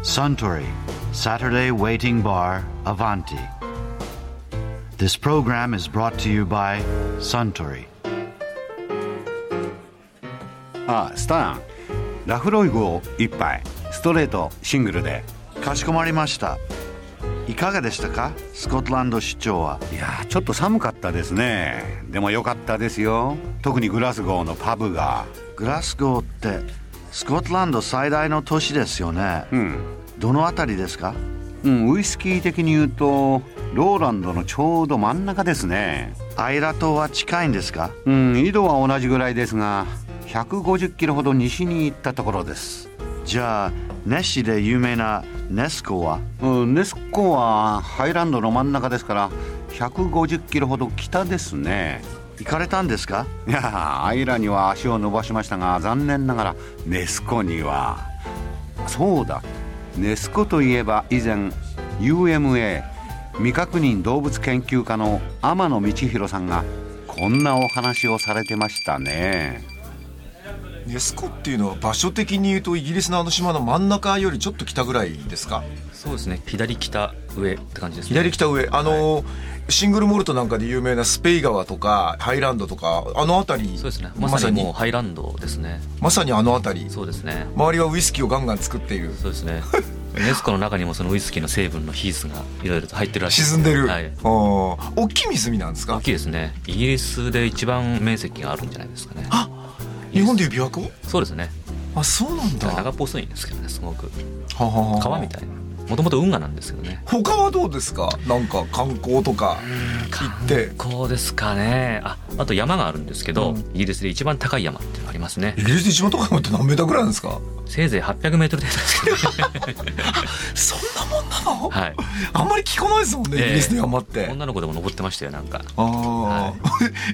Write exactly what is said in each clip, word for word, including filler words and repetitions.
Suntory Saturday Waiting Bar Avanti. This program is brought to you by Suntory. あ、スタンラフロイグを一杯ストレートシングルで。 かしこまりました。いかがでしたか、スコットランド出張は。 いやちょっと寒かったですね。でも良かったですよ。特にグラスゴーのパブが。 グラスゴーってスコットランド最大の都市ですよね。 うん、 どのあたりですか？ うん、ウイスキー的に言うとローランドのちょうど真ん中ですね。 アイラ島は近いんですか？ うん、緯度は同じぐらいですがひゃくごじゅっキロほど西に行ったところです。 じゃあネッシで有名なネスコは？ うん、ネスコはハイランドの真ん中ですからひゃくごじゅっキロほど北ですね。 行かれたんですか？ いやアイラには足を伸ばしましたが残念ながらネスコには。そうだ、ネスコといえば以前 ユーエムエー 未確認動物研究家の天野道弘さんがこんなお話をされてましたね。 ネスコっていうのは場所的に言うとイギリスのあの島の真ん中よりちょっと北ぐらいですか？ そうですね、左北上って感じですね。 左北上、あの、はい、シングルモルトなんかで有名なスペイ川とかハイランドとかあの辺り。 そうですね、まさにもうハイランドですね。 まさにあの辺り。 そうですね、 周りはウイスキーをガンガン作っている。 そうですねネスコの中にもそのウイスキーの成分のヒースがいろいろと入ってるらしいです。 沈んでる、 はい、 大きい湖なんですか？ 大きいですね。イギリスで一番面積があるんじゃないですかね。 あ、日本でいう琵琶湖？ そうですね。 あ、そうなんだ。 長っぽいんですけどね、すごくははは川みたいな。もともと運河なんですけどね。 他はどうですか？なんか観光とか行って。 観光ですかね。あ、あと山があるんですけど、うん、イギリスで一番高い山っていうのがありますね。 イギリスで一番高い山って何メーターぐらいなんですか？ せいぜいはっぴゃくメートル程度ですけどそんなもんなの？ はい。 あんまり聞かないですもんね、えー、イギリスの山って。 女の子でも登ってましたよ、なんか。 あ、はい、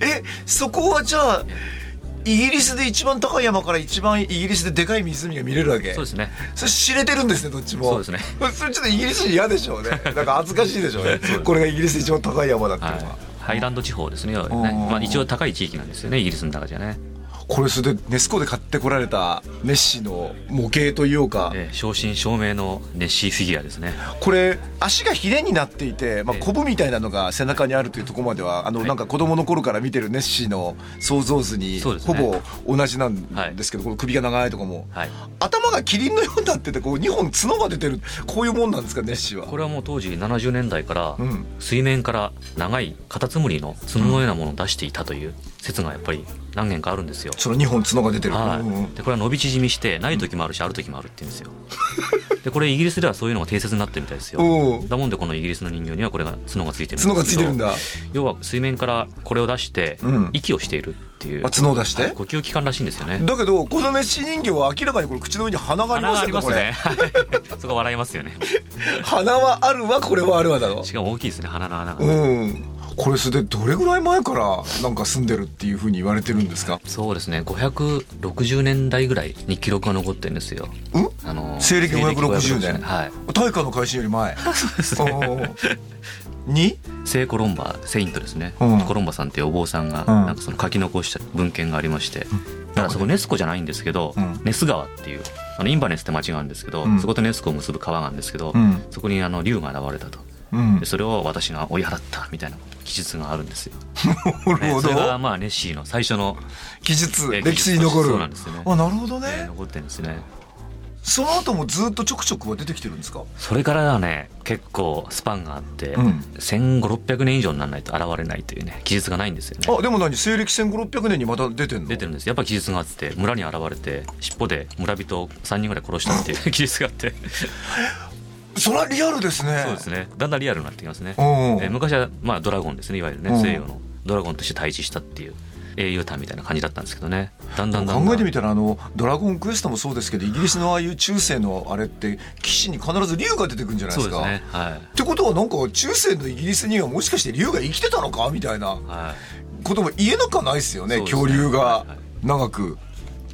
え、そこはじゃあイギリスで一番高い山から一番イギリスででかい湖が見れるわけ？ そうですね。 それ知れてるんですね、どっちも。 そうですね。 それちょっとイギリス人嫌でしょうね。なんか恥ずかしいでしょうねこれがイギリスで一番高い山だっていうのは、はい、 ハイランド地方ですね。ね、まあ、一応高い地域なんですよね、イギリスの中じゃね。 これそれでネスコで買ってこられたネッシーの模型というか、 えー、正真正銘のネッシーフィギュアですね。 これ足がヒレになっていて、まあ、コブみたいなのが背中にあるというところまではあの、はい、なんか子供の頃から見てるネッシーの想像図にほぼ同じなんですけど、はい、この首が長いとかも、はい、頭がキリンのようになっててこうにほん角が出てる、こういうもんなんですか、ネッシーは。 これはもう当時ななじゅうねんだいから、うん、水面から長いカタツムリの角のようなものを出していたという説がやっぱり何件かあるんですよ。 そのにほん角が出てる、 はい、うんうん、でこれは伸び縮みしてない時もあるし、うん、ある時もあるって言うんですよでこれイギリスではそういうのが定説になってるみたいですよ。だもんでこのイギリスの人形にはこれが角がついてるんですけど、 角がついてるんだ。 要は水面からこれを出して息をしているっていう、 うん、あ、角を出して、はい、 呼吸器官らしいんですよね。 だけどこのネッシー人形は明らかにこれ口の上に鼻がありますよね。 鼻がありますねそこ笑いますよね鼻はあるわ、これはあるわだろ。 しかも大きいですね、鼻の穴が、 うん。これそれでどれぐらい前からなんか住んでるっていう風に言われてるんですか？ そうですね、ごひゃくろくじゅうねんだいぐらいに記録が残ってるんですよ。 うん、 あの西暦ごひゃくろくじゅうねん、 はい、 大化の改新より前そうですねに聖コロンバセイントですね、 うん、 コロンバさんっていうお坊さんがうん、 なんかその書き残した文献がありまして、うん、だからそこネスコじゃないんですけど、うん、ネス川っていうあのインバネスって町があるんですけど、うん、そことネスコを結ぶ川があるんですけど、うん、そこにあの竜が現れたと、うん、でそれを私が追い払ったみたいな記述があるんですよなるほど、 ね、それがまあネッシーの最初の記述、歴史に残る。 そうなんですよね。 あ、なるほどね、 ね、残ってるんですね。 その後もずっとちょくちょくは出てきてるんですか？ それからはね、結構スパンがあって、うん、せんごひゃくろっぴゃくねん以上にならないと現れないというね記述がないんですよね。 あ、でも何、西暦せんごひゃくろっぴゃくねんにまた出てるの？ 出てるんです。やっぱ記述があって村に現れて尻尾で村人さんにんぐらい殺したっていう記述があってそれはリアルですね。 そうですね、だんだんリアルになってきますね。え昔はまあドラゴンですね、いわゆるね西洋のドラゴンとして対峙したっていう英雄譚みたいな感じだったんですけどね。だんだんだんだん考えてみたらあのドラゴンクエストもそうですけど、イギリスのああいう中世のあれって騎士に必ず竜が出てくるんじゃないですか。 そうですね、はい、 ってことはなんか中世のイギリスにはもしかして竜が生きてたのかみたいなことも言えなくはないですよね、はい、恐竜が長く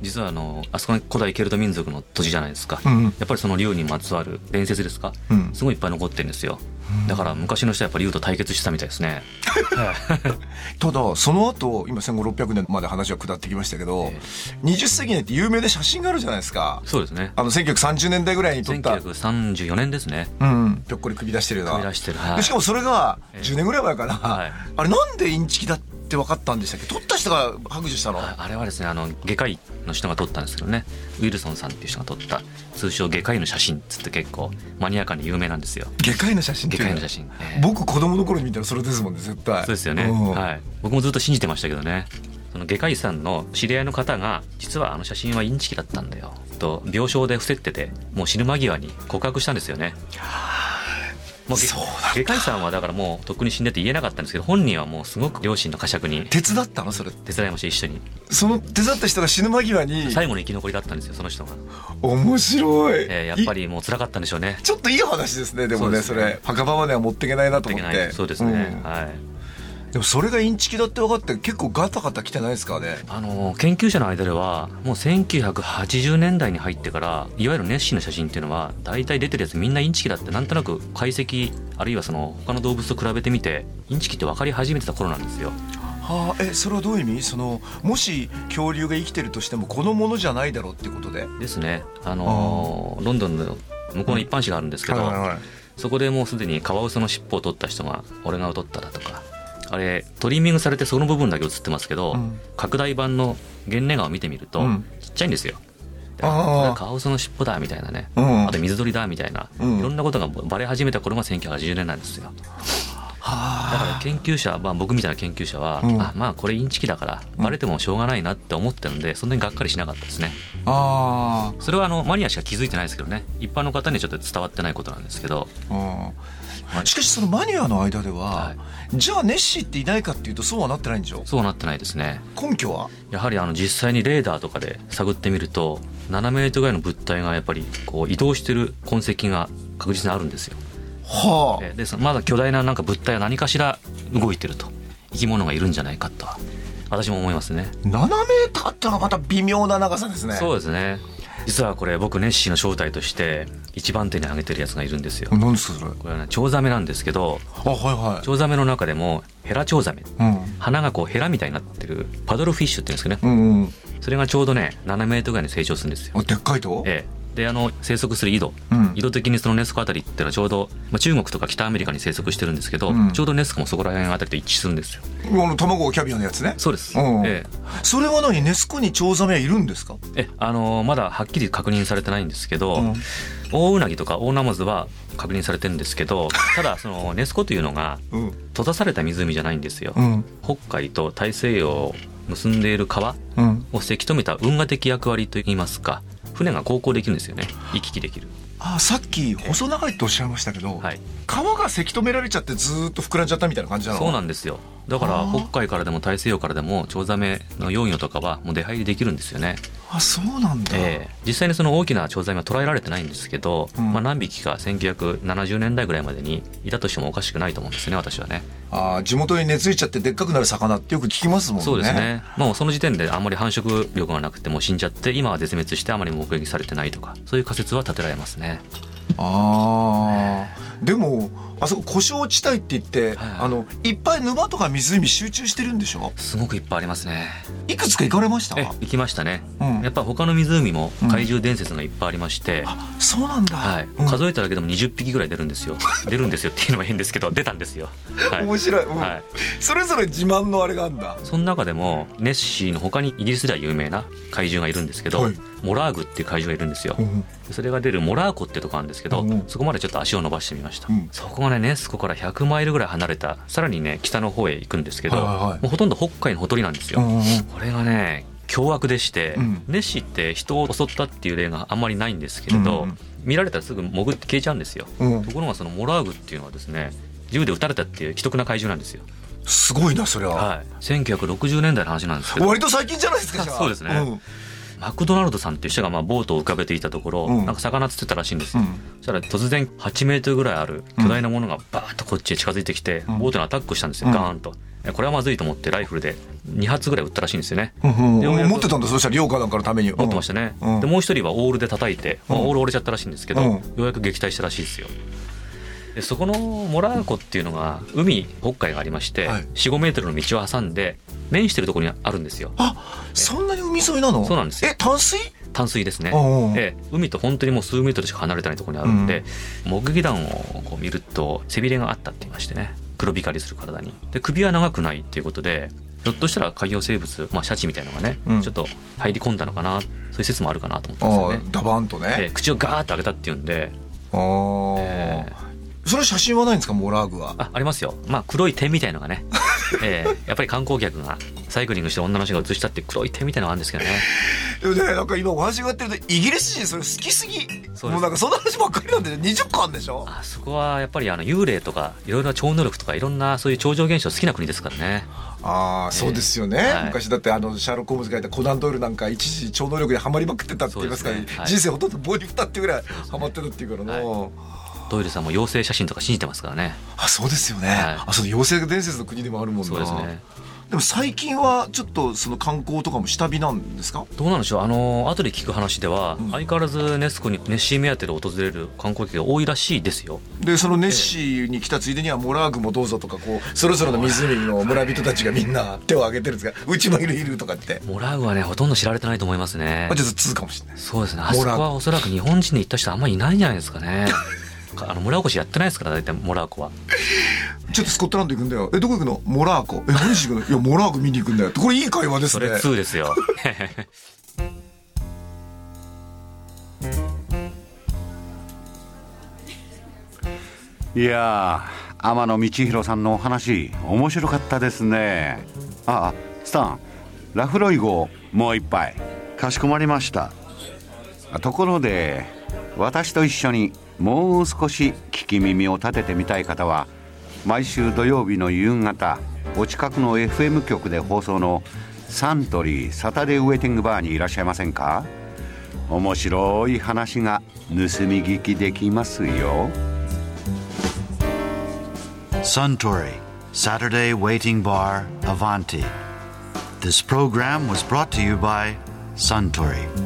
実はあのあそこに古代ケルト民族の土地じゃないですか、うん、やっぱりその竜にまつわる伝説ですか、うん、すごいいっぱい残ってるんですよ。だから昔の人はやっぱり竜と対決したみたいですねただその後今せんごひゃくろっぴゃくねんまで話は下ってきましたけど、えー、はたち世紀にって有名な写真があるじゃないですか。 そうですね、 あのせんきゅうひゃくさんじゅうねんだいぐらいに撮ったせんきゅうひゃくさんじゅうよねんですね、 うん、ぴょっこり首出してるような首出してる、はい、 でしかもそれがじゅうねんぐらい前かな、 えーはい、 あれなんでインチキだって分かったんでしたっけ？撮った人が白状したの？ あれはですね、あの外科医の人が撮ったんですけどね、ウィルソンさんっていう人が撮った通称外科医の写真っつって結構マニアックに有名なんですよ。 外科医の写真って外科医の写真、えー、 僕子供の頃に見たらそれですもんね絶対。 そうですよね、はい、僕もずっと信じてましたけどね。その外科医さんの知り合いの方が実はあの写真はインチキだったんだよと病床で伏せっててもう死ぬ間際に告白したんですよね。もう外科医さんはだからもうとっくに死んでて言えなかったんですけど、本人はもうすごく両親の呵責に手伝ったの？それ手伝いました一緒に。 その手伝った人が死ぬ間際に最後の生き残りだったんですよその人が。 面白い、 えー、やっぱりもう辛かったんでしょうね。 ちょっといい話ですね。でもね、それ墓場までは持っていけないなと思って。 そうですね、うん、はい。 でもそれがインチキだって分かって結構ガタガタ来てないですかね。 あの研究者の間ではもうせんきゅうひゃくはちじゅうねんだいに入ってからいわゆるネッシーの写真っていうのは大体出てるやつみんなインチキだってなんとなく解析あるいはその他の動物と比べてみてインチキって分かり始めてた頃なんですよ。 はあ、えそれはどういう意味？そのもし恐竜が生きてるとしてもこのものじゃないだろうってことでですね。あのロンドンの向こうの一般紙があるんですけど、うんはいはいはい、そこでもうすでにカワウソの尻尾を取った人が俺が取っただとか、あれトリミングされてその部分だけ映ってますけど、うん、拡大版の原ネ画を見てみると、うん、ちっちゃいんですよ。カワウソの尻尾だみたいなね、うん、あと水鳥だみたいな、うん、いろんなことがバレ始めた頃がせんきゅうひゃくはちじゅうねんなんですよ。だから研究者、まあ、僕みたいな研究者は、うん、あまあこれインチキだからバレてもしょうがないなって思ってるんでそんなにがっかりしなかったですね。あそれはあのマニアしか気づいてないですけどね、一般の方にはちょっと伝わってないことなんですけど。あしかしそのマニアの間では、はい、じゃあネッシーっていないかっていうとそうはなってないんでしょ？ そうなってないですね。 根拠はやはりあの実際にレーダーとかで探ってみるとななメートルぐらいの物体がやっぱりこう移動してる痕跡が確実にあるんですよ。はあ、でまだ巨大ななんか物体は何かしら動いてると、生き物がいるんじゃないかと私も思いますね。 ななメーターってのはまた微妙な長さですね。 そうですね。実はこれ僕ネッシーの正体として一番手に挙げてるやつがいるんですよ。 何ですかそれ？ これはねチョウザメなんですけど、 あ、はいはい、 チョウザメの中でもヘラチョウザメ、うん、花がこうヘラみたいになってるパドルフィッシュっていうんですけどね、うんうん、それがちょうどねななメートルぐらいに成長するんですよ。 あ、でっかいと？ ええ。であの生息する緯度、うん、緯度的にそのネス湖あたりっていうのはちょうど、まあ、中国とか北アメリカに生息してるんですけど、うん、ちょうどネス湖もそこら辺あたりと一致するんですよ。 あの卵キャビアのやつね。 そうです、うんええ、 それは何ネス湖にチョウザメはいるんですか？ えあのまだはっきり確認されてないんですけど、うん、オオウナギとかオオナマズは確認されてるんですけどただそのネス湖というのが閉ざされた湖じゃないんですよ、うん、北海と大西洋を結んでいる川をせき止めた運河的役割といいますか、船が航行できるんですよね。行き来できる。 ああ、さっき細長いとおっしゃいましたけど、はい、川がせき止められちゃってずっと膨らんじゃったみたいな感じなの？ そうなんですよ。だから北海からでも大西洋からでもチョウザメの幼魚とかはもう出入りできるんですよね。 あ、そうなんだ、 えー、実際にその大きなチョウザメは捉えられてないんですけど、うんまあ、何匹かせんきゅうひゃくななじゅうねんだいぐらいまでにいたとしてもおかしくないと思うんですね私はね。 あ、地元に根付いちゃってでっかくなる魚ってよく聞きますもんね。 そうですね。もうその時点であんまり繁殖力がなくてもう死んじゃって今は絶滅してあまり目撃されてないとかそういう仮説は立てられますね。 あー、でもあそこ湖沼地帯って言って、はいはい、あのいっぱい沼とか湖集中してるんでしょ？ すごくいっぱいありますね。 いくつか行かれました？ え行きましたね、うん、やっぱ他の湖も怪獣伝説がいっぱいありまして、うん、 あ、そうなんだ、 はいうん、数えただけでもにじゅっぴきぐらい出るんですよ出るんですよっていうのも変ですけど出たんですよ、 はい、面白い、うんはい、それぞれ自慢のあれがあるんだ。 その中でもネッシーの他にイギリスでは有名な怪獣がいるんですけど、はい、モラーグっていう怪獣がいるんですよ、うん、それが出るモラー湖ってとこあるんですけど、うん、そこまでちょっと足を伸ばしてみました、うん、そこがねネス湖からひゃくマイルぐらい離れたさらにね北の方へ行くんですけど、はいはいはい、もうほとんど北海のほとりなんですよ、うんうん、これがね凶悪でして、うん、ネッシーって人を襲ったっていう例があんまりないんですけれど、うんうん、見られたらすぐ潜って消えちゃうんですよ、うん、ところがそのモラーグっていうのはですね銃で撃たれたっていう奇特な怪獣なんですよ。 すごいなそれは、 はい、せんきゅうひゃくろくじゅうねんだいの話なんですけど割と最近じゃないですか。 そうですね、うん、マクドナルドさんっていう人がまあボートを浮かべていたところ、うん、なんか魚釣ってたらしいんですよ、うん、そしたら突然はちメートルぐらいある巨大なものがバーッとこっちへ近づいてきて、うん、ボートにアタックしたんですよ、うん、ガーンと。 これはまずいと思ってライフルでに発ぐらい撃ったらしいんですよね、 うんうん、持ってたんだ。そしたら領下なんかのために持ってましたね、うん、でもう一人はオールで叩いて、うん、オール折れちゃったらしいんですけど、うん、ようやく撃退したらしいですよ。でそこのモラー湖っていうのが海北海がありまして、はい、よん、ごメートルの道を挟んで面してるところにあるんですよ。 あ、そんなに海沿いなの？ そうなんですよ。 え、淡水？ 淡水ですね。 おうおう、 え海と本当にもう数メートルしか離れてないところにあるんで、うん、目撃談をこう見ると背びれがあったって言いましてね、黒光りする体に。で首は長くないっていうことで、ひょっとしたら海洋生物、まあ、シャチみたいなのがね、うん、ちょっと入り込んだのかな、そういう説もあるかなと思ったんですよね。 ダバンとね、 え口をガーッと開けたっていうんで。 あ、えーそれ写真はないんですか、モラーグは？ あ, ありますよ。まあ黒い点みたいのがね、えー、やっぱり観光客がサイクリングしてる女の人が写したって黒い点みたいなのがあるんですけどね。 でもね、なんか今お話がやってるとイギリス人それ好きすぎ。もうなんかそんな話ばっかりなんでにじゅっこあるんでしょ。 あそこはやっぱりあの幽霊とかいろいろな超能力とかいろんなそういう超常現象好きな国ですからね。 ああ、そうですよね、えーはい、昔だってあのシャーロック・ホームズが書いたコナン・ドイルなんか一時超能力でハマりまくってたって言いますから、ね、はい、人生ほとんど棒に振ったっていうぐらいハマってたっていうからの、はい、 ドイルさんも妖精写真とか信じてますからね。 あ、そうですよね、はい、あ、その妖精伝説の国でもあるもんな。 そうですね。 でも最近はちょっとその観光とかも下火なんですか？ どうなんでしょう。あの後で聞く話では、うん、相変わらずネス湖にネッシー目当てで訪れる観光客が多いらしいですよ。 でそのネッシーに来たついでにはモラーグもどうぞとか、こうそれぞれの湖の村人たちがみんな手を挙げてるんですが、うちもいるいるとかって。 モラーグはねほとんど知られてないと思いますね。 あ、ちょっと通かもしれない。 そうですね。あそこはおそらく日本人で行った人あんまりいないんじゃないですかね。あの村おこしやってないですから大体モラー湖は。 ちょっとスコットランド行くんだよ。え、どこ行くの？モラー湖。え、何しに行くの？いや、モラー湖見に行くんだよ。これいい会話ですね。 それツーですよ。 いやー、天野道弘さんのお話面白かったですね。ああ、スタン、ラフロイ号もう一杯。 かしこまりました。 ところで私と一緒にもう少し聞き耳を立ててみたい方は、毎週土曜日の夕方お近くの エフエム 局で放送のサントリーサタデーウェイティングバーにいらっしゃいませんか？面白い話が盗み聞きできますよ。 Suntory Saturday Waiting Bar Avanti. This program was brought to you by Suntory.